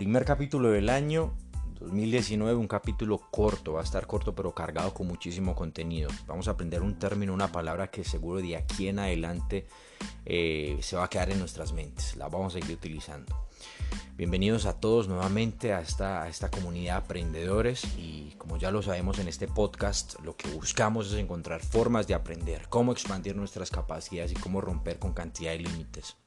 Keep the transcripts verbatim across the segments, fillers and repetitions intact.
primer capítulo del año dos mil diecinueve, un capítulo corto, va a estar corto pero cargado con muchísimo contenido. Vamos a aprender un término, una palabra que seguro de aquí en adelante eh, se va a quedar en nuestras mentes, la vamos a seguir utilizando. Bienvenidos a todos nuevamente a esta, a esta comunidad de aprendedores, y como ya lo sabemos, en este podcast lo que buscamos es encontrar formas de aprender, cómo expandir nuestras capacidades y cómo romper con cantidad de límites.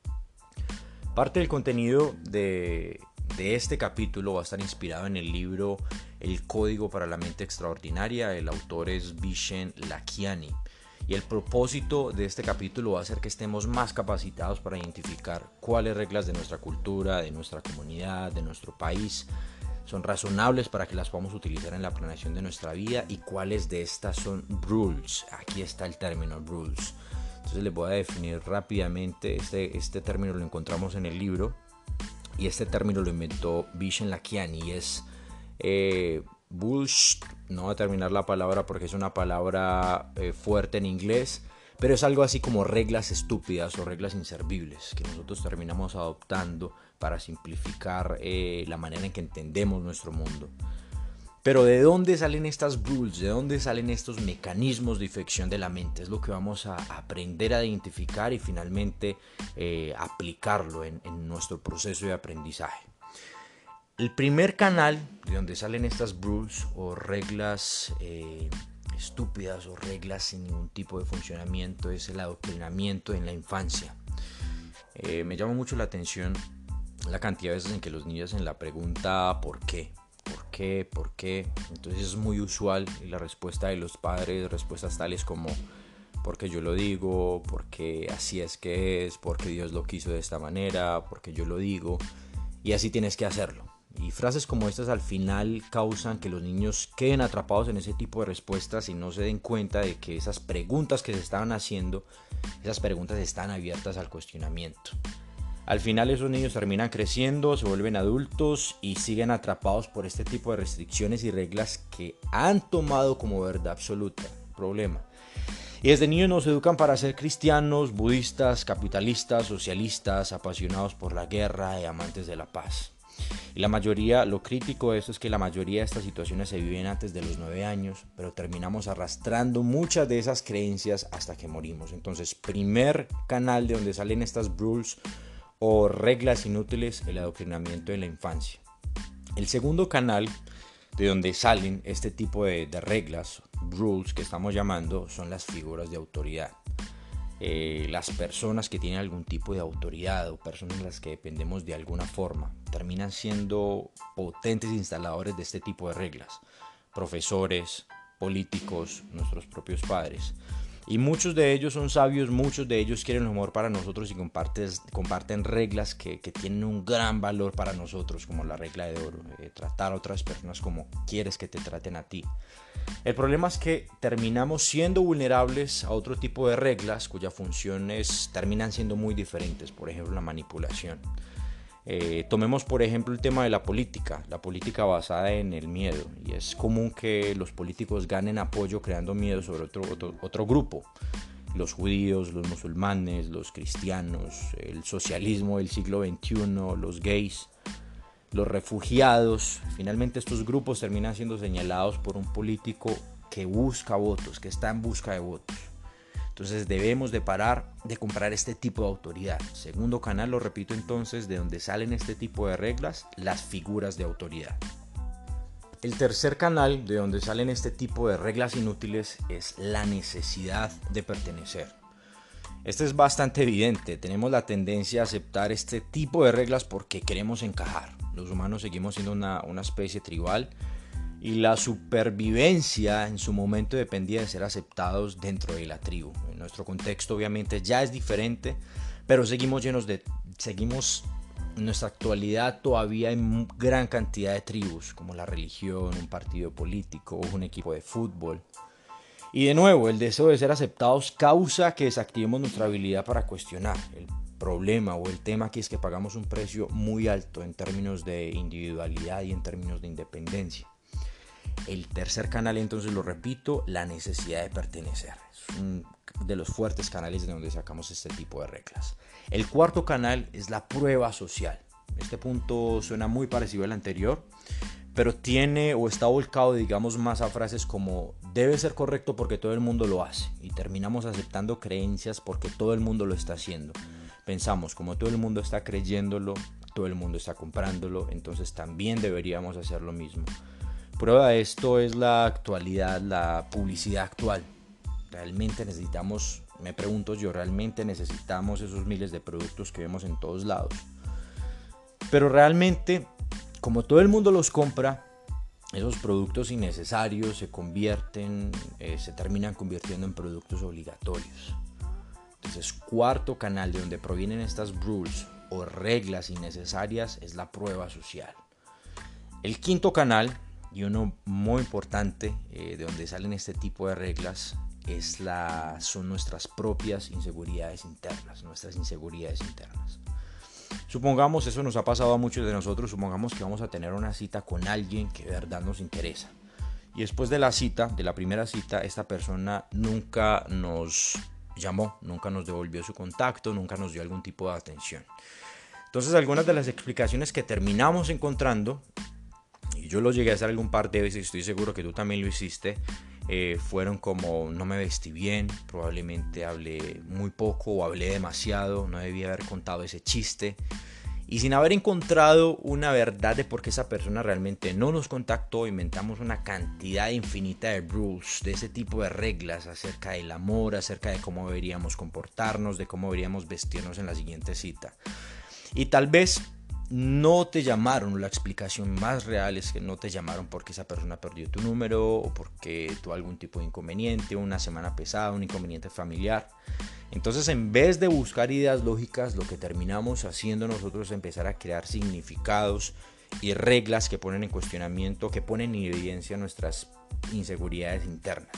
Parte del contenido de, de este capítulo va a estar inspirado en el libro El Código para la Mente Extraordinaria. El autor es Vishen Lakhiani. Y el propósito de este capítulo va a ser que estemos más capacitados para identificar cuáles reglas de nuestra cultura, de nuestra comunidad, de nuestro país son razonables para que las podamos utilizar en la planeación de nuestra vida, y cuáles de estas son rules. Aquí está el término rules. Entonces les voy a definir rápidamente. Este, este término lo encontramos en el libro, y este término lo inventó Vishen Lakhiani, y es eh, bullshit. No voy a terminar la palabra porque es una palabra eh, fuerte en inglés, pero es algo así como reglas estúpidas o reglas inservibles que nosotros terminamos adoptando para simplificar eh, la manera en que entendemos nuestro mundo. Pero ¿de dónde salen estas rules? ¿De dónde salen estos mecanismos de infección de la mente? Es lo que vamos a aprender a identificar y finalmente eh, aplicarlo en, en nuestro proceso de aprendizaje. El primer canal de donde salen estas rules o reglas eh, estúpidas o reglas sin ningún tipo de funcionamiento es el adoctrinamiento en la infancia. Eh, me llama mucho la atención la cantidad de veces en que los niños hacen la pregunta ¿por qué? ¿Por qué? ¿Por qué? Entonces es muy usual, y la respuesta de los padres, respuestas tales como porque yo lo digo, porque así es que es, porque Dios lo quiso de esta manera, porque yo lo digo, y así tienes que hacerlo. Y frases como estas al final causan que los niños queden atrapados en ese tipo de respuestas y no se den cuenta de que esas preguntas que se estaban haciendo, esas preguntas están abiertas al cuestionamiento. Al final esos niños terminan creciendo, se vuelven adultos y siguen atrapados por este tipo de restricciones y reglas que han tomado como verdad absoluta. Problema. Y desde niños nos educan para ser cristianos, budistas, capitalistas, socialistas, apasionados por la guerra y amantes de la paz. Y la mayoría, lo crítico de esto es que la mayoría de estas situaciones se viven antes de los nueve años, pero terminamos arrastrando muchas de esas creencias hasta que morimos. Entonces, primer canal de donde salen estas rules o reglas inútiles, el adoctrinamiento en la infancia. El segundo canal de donde salen este tipo de, de reglas, rules que estamos llamando, son las figuras de autoridad. Eh, las personas que tienen algún tipo de autoridad o personas en las que dependemos de alguna forma terminan siendo potentes instaladores de este tipo de reglas. Profesores, políticos, nuestros propios padres. Y muchos de ellos son sabios, muchos de ellos quieren lo mejor para nosotros y comparten, comparten reglas que, que tienen un gran valor para nosotros, como la regla de oro, eh, tratar a otras personas como quieres que te traten a ti. El problema es que terminamos siendo vulnerables a otro tipo de reglas cuyas funciones terminan siendo muy diferentes, por ejemplo la manipulación. Eh, tomemos por ejemplo el tema de la política, la política basada en el miedo, y es común que los políticos ganen apoyo creando miedo sobre otro, otro, otro grupo. Los judíos, los musulmanes, los cristianos, el socialismo del siglo veintiuno, los gays, los refugiados. Finalmente estos grupos terminan siendo señalados por un político que busca votos, que está en busca de votos. Entonces debemos de parar de comprar este tipo de autoridad. Segundo canal, lo repito entonces, de donde salen este tipo de reglas, las figuras de autoridad. El tercer canal de donde salen este tipo de reglas inútiles es la necesidad de pertenecer. Este es bastante evidente. Tenemos la tendencia a aceptar este tipo de reglas porque queremos encajar. Los humanos seguimos siendo una, una especie tribal, y la supervivencia en su momento dependía de ser aceptados dentro de la tribu. En nuestro contexto obviamente ya es diferente, pero seguimos llenos de, seguimos en nuestra actualidad todavía hay gran cantidad de tribus, como la religión, un partido político, un equipo de fútbol. Y de nuevo, el deseo de ser aceptados causa que desactivemos nuestra habilidad para cuestionar. El problema o el tema aquí es que pagamos un precio muy alto en términos de individualidad y en términos de independencia. El tercer canal, entonces lo repito, la necesidad de pertenecer. Es un de los fuertes canales de donde sacamos este tipo de reglas. El cuarto canal es la prueba social. Este punto suena muy parecido al anterior, pero tiene o está volcado, digamos, más a frases como debe ser correcto porque todo el mundo lo hace, y terminamos aceptando creencias porque todo el mundo lo está haciendo. Pensamos, como todo el mundo está creyéndolo, todo el mundo está comprándolo, entonces también deberíamos hacer lo mismo. Prueba de esto es la actualidad, la publicidad actual. Realmente necesitamos, me pregunto yo, realmente necesitamos esos miles de productos que vemos en todos lados. Pero realmente, como todo el mundo los compra, esos productos innecesarios se convierten, eh, se terminan convirtiendo en productos obligatorios. Entonces, cuarto canal de donde provienen estas rules o reglas innecesarias es la prueba social. El quinto canal, y uno muy importante, eh, de donde salen este tipo de reglas, es la, son nuestras propias inseguridades internas, nuestras inseguridades internas. Supongamos, eso nos ha pasado a muchos de nosotros, supongamos que vamos a tener una cita con alguien que de verdad nos interesa. Y después de la cita, de la primera cita, esta persona nunca nos llamó, nunca nos devolvió su contacto, nunca nos dio algún tipo de atención. Entonces, algunas de las explicaciones que terminamos encontrando, y yo lo llegué a hacer algún par de veces, estoy seguro que tú también lo hiciste, eh, fueron como no me vestí bien, probablemente hablé muy poco o hablé demasiado, no debía haber contado ese chiste. Y sin haber encontrado una verdad de por qué esa persona realmente no nos contactó, inventamos una cantidad infinita de rules, de ese tipo de reglas acerca del amor, acerca de cómo deberíamos comportarnos, de cómo deberíamos vestirnos en la siguiente cita. Y tal vez no te llamaron, la explicación más real es que no te llamaron porque esa persona perdió tu número o porque tuvo algún tipo de inconveniente, una semana pesada, un inconveniente familiar. Entonces, en vez de buscar ideas lógicas, lo que terminamos haciendo nosotros es empezar a crear significados y reglas que ponen en cuestionamiento, que ponen en evidencia nuestras inseguridades internas.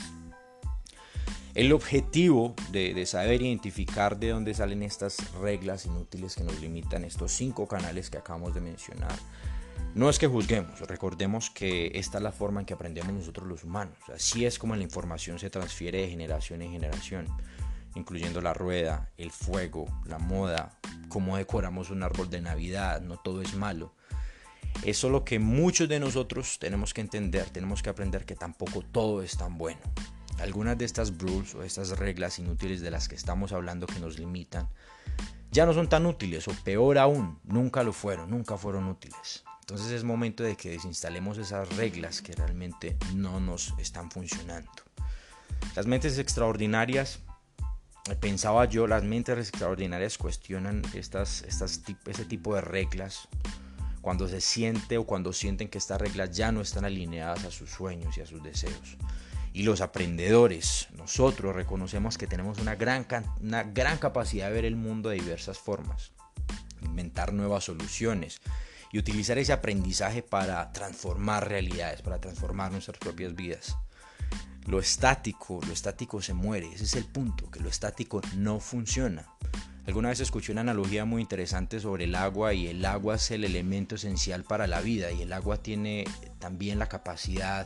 El objetivo de, de saber identificar de dónde salen estas reglas inútiles que nos limitan, estos cinco canales que acabamos de mencionar, no es que juzguemos. Recordemos que esta es la forma en que aprendemos nosotros los humanos. Así es como la información se transfiere de generación en generación, incluyendo la rueda, el fuego, la moda, cómo decoramos un árbol de Navidad. No todo es malo. Es solo que muchos de nosotros tenemos que entender, tenemos que aprender que tampoco todo es tan bueno. Algunas de estas rules o estas reglas inútiles de las que estamos hablando que nos limitan ya no son tan útiles, o peor aún, nunca lo fueron, nunca fueron útiles. Entonces es momento de que desinstalemos esas reglas que realmente no nos están funcionando. Las mentes extraordinarias, pensaba yo, las mentes extraordinarias cuestionan estas, estas, este tipo de reglas cuando se siente o cuando sienten que estas reglas ya no están alineadas a sus sueños y a sus deseos. Y los aprendedores, nosotros reconocemos que tenemos una gran, una gran capacidad de ver el mundo de diversas formas, inventar nuevas soluciones y utilizar ese aprendizaje para transformar realidades, para transformar nuestras propias vidas. Lo estático, lo estático se muere, ese es el punto, que lo estático no funciona. Alguna vez escuché una analogía muy interesante sobre el agua, y el agua es el elemento esencial para la vida, y el agua tiene también la capacidad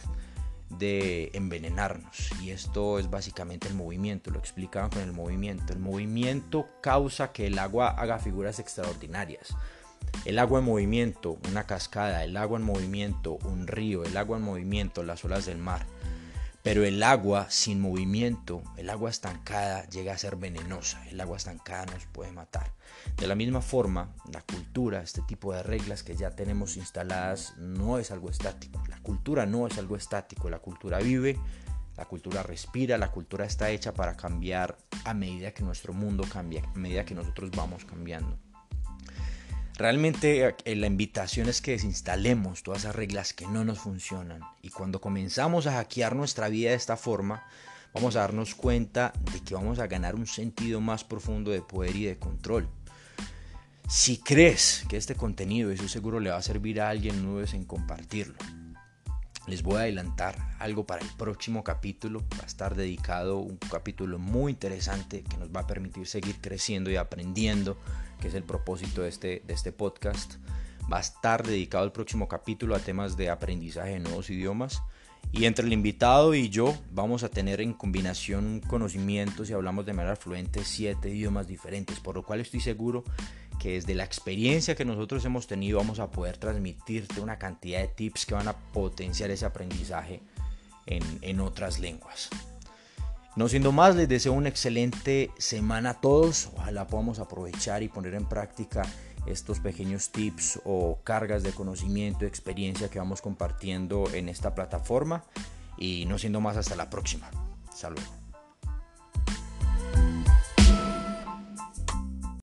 de envenenarnos, y esto es básicamente el movimiento. Lo explicaban con el movimiento. El movimiento causa que el agua haga figuras extraordinarias. El agua en movimiento, una cascada, el agua en movimiento, un río, el agua en movimiento, las olas del mar. Pero el agua sin movimiento, el agua estancada, llega a ser venenosa. El agua estancada nos puede matar. De la misma forma, la cultura, este tipo de reglas que ya tenemos instaladas, no es algo estático. La cultura no es algo estático. La cultura vive, la cultura respira, la cultura está hecha para cambiar a medida que nuestro mundo cambia, a medida que nosotros vamos cambiando. Realmente la invitación es que desinstalemos todas esas reglas que no nos funcionan, y cuando comenzamos a hackear nuestra vida de esta forma, vamos a darnos cuenta de que vamos a ganar un sentido más profundo de poder y de control. Si crees que este contenido, eso seguro le va a servir a alguien, no dudes en compartirlo. Les voy a adelantar algo para el próximo capítulo. Va a estar dedicado un capítulo muy interesante que nos va a permitir seguir creciendo y aprendiendo, que es el propósito de este, de este podcast. Va a estar dedicado el próximo capítulo a temas de aprendizaje de nuevos idiomas. Y entre el invitado y yo vamos a tener en combinación conocimientos, y hablamos de manera fluente, siete idiomas diferentes, por lo cual estoy seguro que desde la experiencia que nosotros hemos tenido vamos a poder transmitirte una cantidad de tips que van a potenciar ese aprendizaje en, en otras lenguas. No siendo más, les deseo una excelente semana a todos. Ojalá podamos aprovechar y poner en práctica estos pequeños tips o cargas de conocimiento, experiencia que vamos compartiendo en esta plataforma. Y no siendo más, hasta la próxima. Hasta luego.